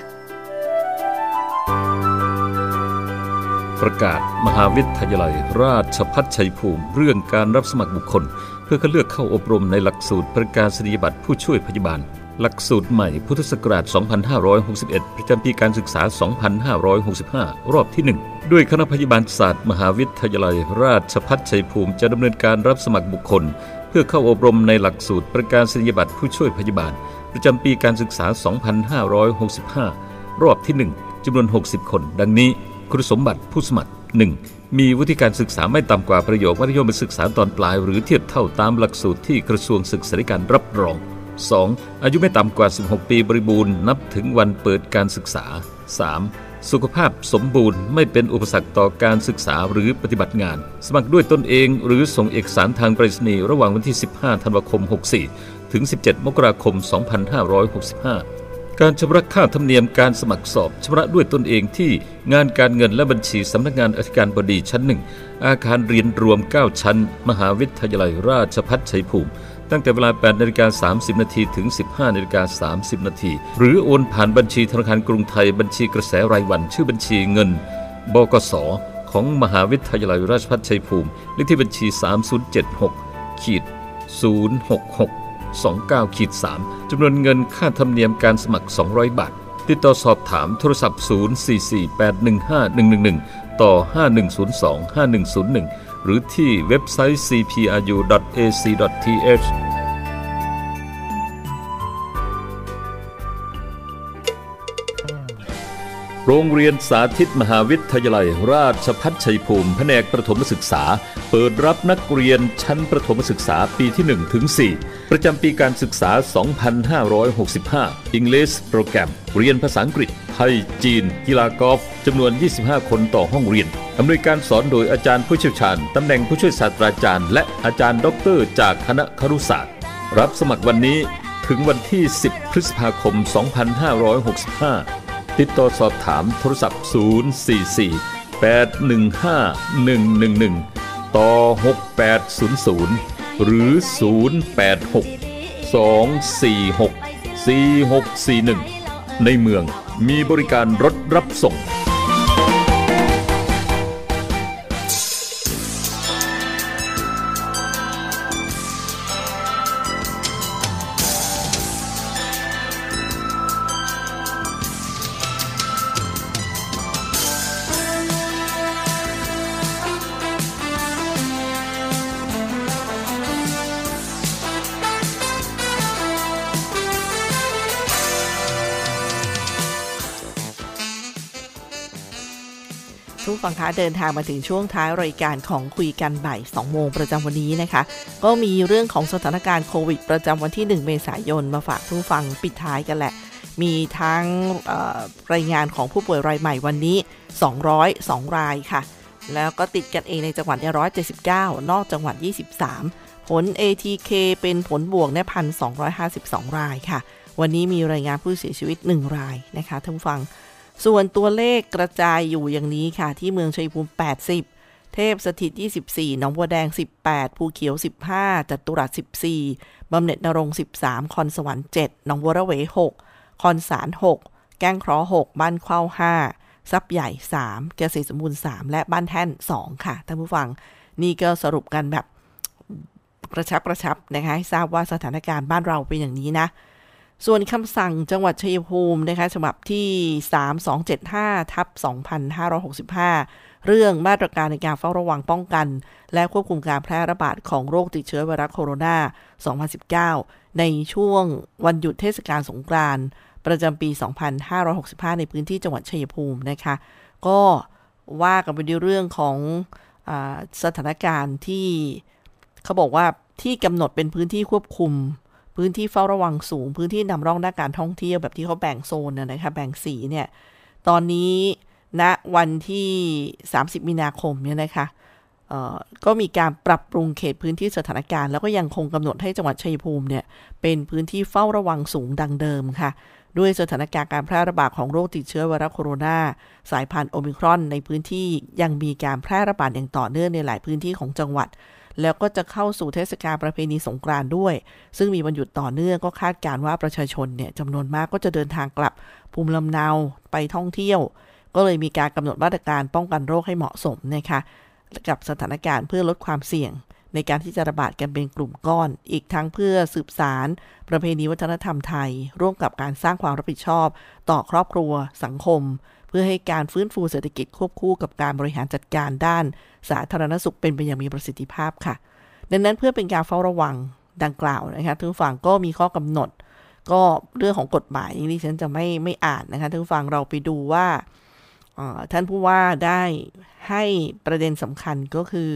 ประกาศมหาวิทยาลัยราชภัฏชัยภูมิเรื่องการรับสมัครบุคคลเพื่อคัดเลือกเข้าอบรมในหลักสูตรประกาศนียบัตรผู้ช่วยพยาบาลหลักสูตรใหม่พุทธศักราช สองพันห้าร้อยหกสิบเอ็ด ประจำปีการศึกษา สองพันห้าร้อยหกสิบห้า รอบที่ หนึ่ง ด้วยคณะพยาบาลศาสตร์มหาวิทยาลัยราชภัฏชัยภูมิจะดำเนินการรับสมัครบุคคลเพื่อเข้าอบรมในหลักสูตรประกาศนียบัตรผู้ช่วยพยาบาลประจำปีการศึกษา สองพันห้าร้อยหกสิบห้า รอบที่ หนึ่ง จำนวน หกสิบ คนดังนี้คุณสมบัติผู้สมัคร หนึ่ง มีวุฒิการศึกษาไม่ต่ำกว่าประโยคมัธยมศึกษาตอนปลายหรือเทียบเท่าตามหลักสูตรที่กระทรวงศึกษาธิการรับรอง สอง อายุไม่ต่ำกว่าสิบหกปีบริบูรณ์นับถึงวันเปิดการศึกษา สาม สุขภาพสมบูรณ์ไม่เป็นอุปสรรคต่อการศึกษาหรือปฏิบัติงานสมัครด้วยตนเองหรือส่งเอกสารทางไปรษณีย์ระหว่างวันที่สิบห้าธันวาคมหกสี่ถึงสิบเจ็ดมกราคมสองพันห้าร้อยหกสิบห้าการชำระค่าธรรมเนียมการสมัครสอบชำระด้วยตนเองที่งานการเงินและบัญชีสำนักงานอธิการบดีชั้นหนึ่งอาคารเรียนรวมเก้าชั้นมหาวิทยาลัยราชภัฏชัยภูมิตั้งแต่เวลา แปดนาฬิกาสามสิบนาทีถึง สิบห้านาฬิกาสามสิบนาทีหรือโอนผ่านบัญชีธนาคารกรุงไทยบัญชีกระแสรายวันชื่อบัญชีเงินบกสของมหาวิทยาลัยราชภัฏชัยภูมิเลขที่บัญชี สาม ศูนย์ เจ็ด หก ศูนย์ หก หก สองเก้า สาม จำนวนเงินค่าธรรมเนียมการสมัครสองร้อยบาทติดต่อสอบถามโทรศัพท์ศูนย์ สี่ สี่ แปด หนึ่ง ห้า หนึ่ง หนึ่ง หนึ่งต่อห้าหนึ่งศูนย์สอง ห้าหนึ่งศูนย์หนึ่งหรือที่เว็บไซต์ ซี พี อาร์ ยู ดอท เอ ซี ดอท ที เอชโรงเรียนสาธิตมหาวิทยาลัยราชภัฏชัยภูมิแผนกประถมศึกษาเปิดรับนักเรียนชั้นประถมศึกษาปีที่ หนึ่งถึงสี่ ประจำปีการศึกษา สองพันห้าร้อยหกสิบห้า English โปรแกรมเรียนภาษาอังกฤษไทยจีนกีฬากอล์ฟจำนวน ยี่สิบห้า คนต่อห้องเรียนอำนวยการสอนโดยอาจารย์ผู้เชี่ยวชาญตำแหน่งผู้ช่วยศาสตราจารย์และอาจารย์ด็อกเตอร์จากคณะครุศาสตร์รับสมัครวันนี้ถึงวันที่ สิบ พฤษภาคม สองพันห้าร้อยหกสิบห้าติดต่อสอบถามโทรศัพท์ ศูนย์ สี่ สี่ แปด หนึ่ง ห้า หนึ่ง หนึ่ง หนึ่ง ต่อ หก แปด ศูนย์ ศูนย์ หรือ ศูนย์ แปด หก สอง สี่ หก สี่ หก สี่ หนึ่ง ในเมืองมีบริการรถรับส่งทุกฟังคะเดินทางมาถึงช่วงท้ายรายการของคุยกันบ่ายสองโมงประจำวันนี้นะคะก็มีเรื่องของสถานการณ์โควิดประจำวันที่หนึ่งเมษายนมาฝากทุกฟังปิดท้ายกันแหละมีทั้งรายงานของผู้ป่วยรายใหม่วันนี้สองร้อยสองรายค่ะแล้วก็ติดกันเองในจังหวัดเนี่ยหนึ่งร้อยเจ็ดสิบเก้านอกจังหวัดยี่สิบสามผล เอ ที เค เป็นผลบวกเนี่ย หนึ่งพันสองร้อยห้าสิบสอง รายค่ะวันนี้มีรายงานผู้เสียชีวิตหนึ่งรายนะคะท่านผู้ฟังส่วนตัวเลขกระจายอยู่อย่างนี้ค่ะที่เมืองชัยภูมิแปดสิบเทพสถิตยี่สิบสี่หนองบัวแดงสิบแปดภูเขียวสิบห้าจตุรัสสิบสี่บำเหน็จนรงค์สิบสามคอนสวรรค์เจ็ดหนองบัวระเวหกคอนสารหกแก้งเคราะห์หกบ้านเข้าห้าทรัพย์ใหญ่สามเกษตรสมบูรณ์สามและบ้านแท่นสองค่ะท่านผู้ฟังนี่ก็สรุปกันแบบกระชับกระชับนะคะให้ทราบว่าสถานการณ์บ้านเราเป็นอย่างนี้นะส่วนคำสั่งจังหวัดชัยภูมินะคะฉบับที่สามสองเจ็ดห้าทับสองพันห้าร้อยหกสิบห้าเรื่องมาตรการในการเฝ้าระวังป้องกันและควบคุมการแพร่ระบาดของโรคติดเชื้อไวรัสโคโรนาสองพันสิบเก้าในช่วงวันหยุดเทศกาลสงกรานต์ประจำปีสองพันห้าร้อยหกสิบห้าในพื้นที่จังหวัดชัยภูมินะคะก็ว่ากันไปด้วยเรื่องของอ่าสถานการณ์ที่เขาบอกว่าที่กำหนดเป็นพื้นที่ควบคุมพื้นที่เฝ้าระวังสูงพื้นที่นำร่องด้านการท่องเที่ยวแบบที่เขาแบ่งโซนนะคะแบ่งสีเนี่ยตอนนี้ณวันที่สามสิบมีนาคมเนี่ยนะคะเอ่อก็มีการปรับปรุงเขตพื้นที่สถานการณ์แล้วก็ยังคงกำหนดให้จังหวัดชัยภูมิเนี่ยเป็นพื้นที่เฝ้าระวังสูงดังเดิมค่ะด้วยสถานการณ์การแพร่ระบาดของโรคติดเชื้อไวรัสโคโรนาสายพันธุ์โอมิครอนในพื้นที่ยังมีการแพร่ระบาดอย่างต่อเนื่องในหลายพื้นที่ของจังหวัดแล้วก็จะเข้าสู่เทศกาลประเพณีสงกรานต์ด้วยซึ่งมีวันหยุดต่อเนื่องก็คาดการณ์ว่าประชาชนเนี่ยจำนวนมากก็จะเดินทางกลับภูมิลำเนาไปท่องเที่ยวก็เลยมีการกำหนดมาตรการป้องกันโรคให้เหมาะสมนะคะกับสถานการณ์เพื่อลดความเสี่ยงในการที่จะระบาดกันเป็นกลุ่มก้อนอีกทั้งเพื่อสืบสานประเพณีวัฒนธรรมไทยร่วมกับการสร้างความรับผิดชอบต่อครอบครัวสังคมเพื่อให้การฟื้นฟูเศรษฐกิจควบคู่กับการบริหารจัดการด้านสาธารณสุขเป็นไปอย่างมีประสิทธิภาพค่ะดังนั้นเพื่อเป็นการเฝ้าระวังดังกล่าวนะคะทุกฝั่งก็มีข้อกำหนดก็เรื่องของกฎหมายนี่ฉันจะไม่ไม่อ่านนะคะทุกฝั่งเราไปดูว่าท่านผู้ว่าได้ให้ประเด็นสำคัญก็คือ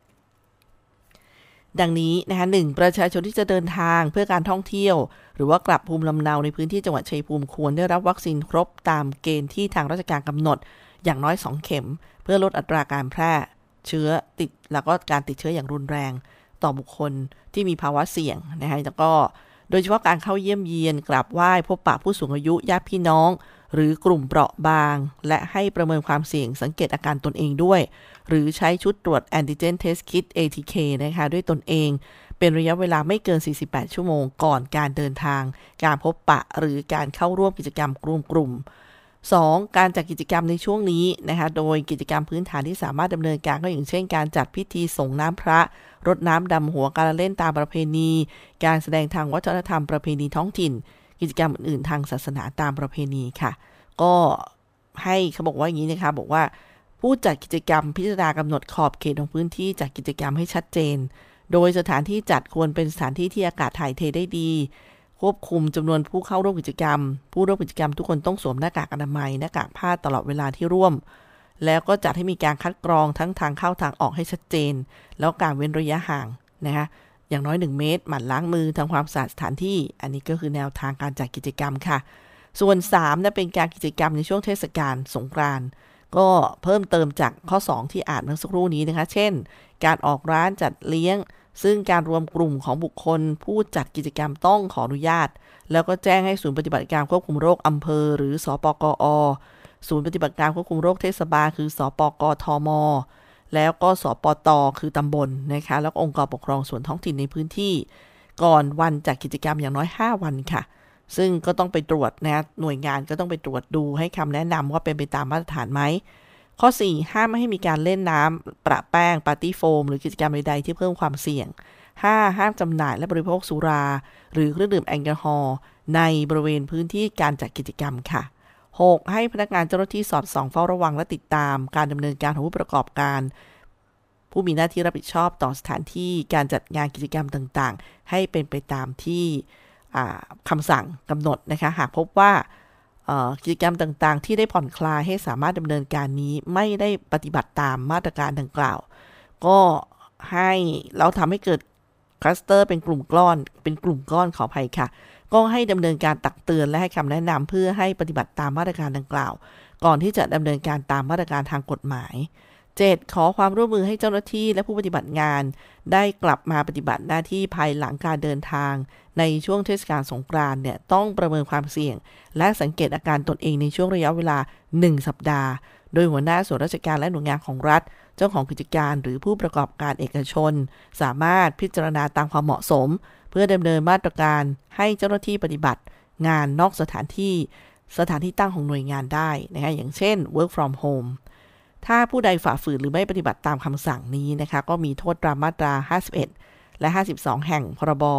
ดังนี้นะคะหนึ่งประชาชนที่จะเดินทางเพื่อการท่องเที่ยวหรือว่ากลับภูมิลำเนาในพื้นที่จังหวัดชัยภูมิควรได้รับวัคซีนครบตามเกณฑ์ที่ทางราชการกำหนดอย่างน้อยสองเข็มเพื่อลดอัตราการแพร่เชื้อติดแล้วก็การติดเชื้ออย่างรุนแรงต่อบุคคลที่มีภาวะเสี่ยงนะคะแล้วก็โดยเฉพาะการเข้าเยี่ยมเยียนกราบไหว้พบปะผู้สูงอายุญาติพี่น้องหรือกลุ่มเปราะบางและให้ประเมินความเสี่ยงสังเกตอาการตนเองด้วยหรือใช้ชุดตรวจ Antigen Test Kit เอ ที เค นะคะด้วยตนเองเป็นระยะเวลาไม่เกินสี่สิบแปดชั่วโมงก่อนการเดินทางการพบปะหรือการเข้าร่วมกิจกรรมกลุ่มกลุ่มสองการจัดกิจกรรมในช่วงนี้นะคะโดยกิจกรรมพื้นฐานที่สามารถดำเนินการก็อย่างเช่นการจัดพิธีส่งน้ำพระรดน้ำดำหัวการเล่นตามประเพณีการแสดงทางวัฒนธรรมประเพณีท้องถิ่นกิจกรรมอื่นๆทางศาสนาตามประเพณีค่ะก็ให้เขาบอกว่าอย่างนี้นะคะบอกว่าผู้จัดกิจกรรมพิจารณากำหนดขอบเขตของพื้นที่จัดกิจกรรมให้ชัดเจนโดยสถานที่จัดควรเป็นสถานที่ที่อากาศถ่ายเทได้ดีควบคุมจำนวนผู้เข้าร่วมกิจกรรมผู้ร่วมกิจกรรมทุกคนต้องสวมหน้ากากอนามัยหน้ากากผ้าตลอดเวลาที่ร่วมแล้วก็จัดให้มีการคัดกรองทั้งทางเข้าทางออกให้ชัดเจนแล้วการเว้นระยะห่างนะคะอย่างน้อยหนึ่งเมตรหมั่นล้างมือทำความสะอาดสถานที่อันนี้ก็คือแนวทางการจัดกิจกรรมค่ะส่วนสามนะเป็นการกิจกรรมในช่วงเทศกาลสงกรานต์ก็เพิ่มเติมจากข้อสองที่อ่านเมื่อสักครู่นี้นะคะเช่นการออกร้านจัดเลี้ยงซึ่งการรวมกลุ่มของบุคคลผู้จัดกิจกรรมต้องขออนุญาตแล้วก็แจ้งให้ศูนย์ปฏิบัติการควบคุมโรคอำเภอหรือสปกอ.ศูนย์ปฏิบัติการควบคุมโรคเทศบาลคือสปกทม.แล้วก็สปต.คือตำบลนะคะแล้วก็องค์กรปกครองส่วนท้องถิ่นในพื้นที่ก่อนวันจัดกิจกรรมอย่างน้อยห้าวันค่ะซึ่งก็ต้องไปตรวจนะหน่วยงานก็ต้องไปตรวจดูให้คำแนะนำว่าเป็นไปตามมาตรฐานไหมข้อสี่ห้ามไม่ให้มีการเล่นน้ำประแป้งปาร์ตี้โฟมหรือกิจกรรมใดๆที่เพิ่มความเสี่ยงห้าห้ามจำหน่ายและบริโภคสุราหรือเครื่องดื่มแอลกอฮอล์ในบริเวณพื้นที่การจัดกิจกรรมค่ะหกให้พนักงานเจ้าหน้าที่สอดส่องเฝ้าระวังและติดตามการดำเนินการของผู้ประกอบการผู้มีหน้าที่รับผิดชอบต่อสถานที่การจัดงานกิจกรรมต่างๆให้เป็นไปตามที่คำสั่งกำหนดนะคะหากพบว่ากิจกรรมต่างๆที่ได้ผ่อนคลายให้สามารถดำเนินการนี้ไม่ได้ปฏิบัติตามมาตรการดังกล่าวก็ให้เราทำให้เกิดคลัสเตอร์เป็นกลุ่มก้อนเป็นกลุ่มก้อนขออภัยค่ะก็ให้ดำเนินการตักเตือนและให้คำแนะนำเพื่อให้ปฏิบัติตามมาตรการดังกล่าวก่อนที่จะดำเนินการตามมาตรการทางกฎหมายเจ็ดขอความร่วมมือให้เจ้าหน้าที่และผู้ปฏิบัติงานได้กลับมาปฏิบัติหน้าที่ภายหลังการเดินทางในช่วงเทศกาลสงกรานต์เนี่ยต้องประเมินความเสี่ยงและสังเกตอาการตนเองในช่วงระยะเวลาหนึ่งสัปดาห์โดยหัวหน้าส่วนราชการและหน่วยงานของรัฐเจ้าของกิจการหรือผู้ประกอบการเอกชนสามารถพิจารณาตามความเหมาะสมเพื่อดำเนินมาตรการให้เจ้าหน้าที่ปฏิบัติงานนอกสถานที่สถานที่ตั้งของหน่วยงานได้นะคะอย่างเช่น work from home ถ้าผู้ใดฝ่าฝืนหรือไม่ปฏิบัติตามคำสั่งนี้นะคะก็มีโทษตามมาตราห้าสิบเอ็ดและห้าสิบสองแห่งพรบ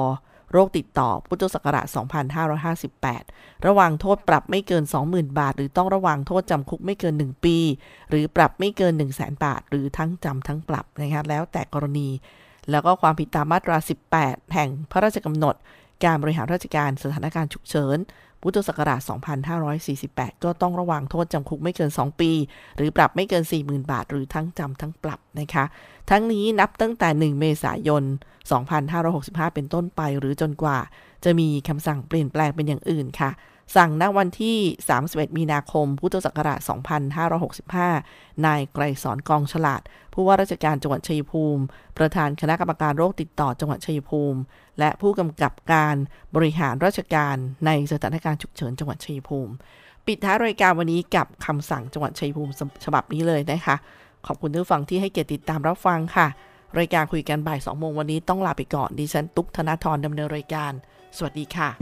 โรคติดต่อพุทธศักราชสองพันห้าร้อยห้าสิบแปดระวางโทษปรับไม่เกิน สองหมื่น บาทหรือต้องระวางโทษจำคุกไม่เกินหนึ่งปีหรือปรับไม่เกิน หนึ่งแสน บาทหรือทั้งจำทั้งปรับนะคะแล้วแต่กรณีแล้วก็ความผิดตามมาตราสิบแปดแห่งพระราชกำหนดการบริหารราชการสถานการณ์ฉุกเฉินพุทธศักราชสองพันห้าร้อยสี่สิบแปดก็ต้องระวางโทษจำคุกไม่เกินสองปีหรือปรับไม่เกิน สี่หมื่น บาทหรือทั้งจำทั้งปรับนะคะทั้งนี้นับตั้งแต่หนึ่งเมษายนสองพันห้าร้อยหกสิบห้าเป็นต้นไปหรือจนกว่าจะมีคำสั่งเปลี่ยนแปลงเป็นอย่างอื่นค่ะสั่งณวันที่สามสิบเอ็ดมีนาคมพุทธศักราชสองพันห้าร้อยหกสิบห้านายไกรสอนกองฉลาดผู้ว่าราชการจังหวัดชัยภูมิประธานคณะกรรมการโรคติดต่อจังหวัดชัยภูมิและผู้กำกับการบริหารราชการในสถานการณ์ฉุกเฉินจังหวัดชัยภูมิปิดท้ายรายการวันนี้กับคำสั่งจังหวัดชัยภูมิฉบับนี้เลยนะคะขอบคุณทุกฟังที่ให้เกียรติติดตามรับฟังค่ะรายการคุยกันบ่ายสองโมงวันนี้ต้องลาไปก่อนดิฉันตุ๊กธนธรดำเนินรายการสวัสดีค่ะ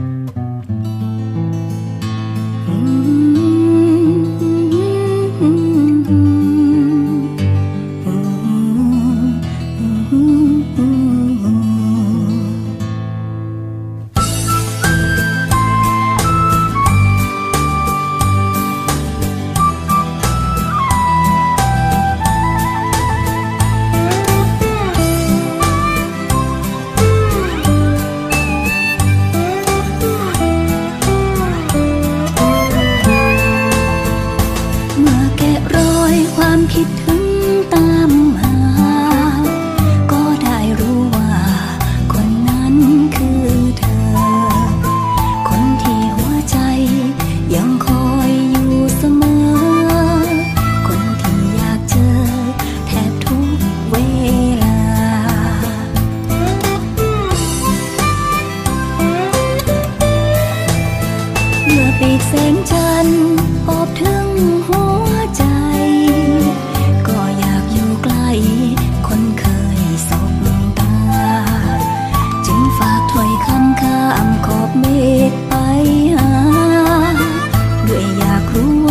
คิดถึงตามหาก็ได้รู้ว่าคนนั้นคือเธอคนที่หัวใจยังคอยอยู่เสมอคนที่อยากเจอแทบทุกเวลาเมื่อปีกแสงจันทร์ปอบถึงหัวใจคนเคยสบตาจึงฝากถ้อยคำข้ามขอบเมฆไปหาด้วยอยากรู้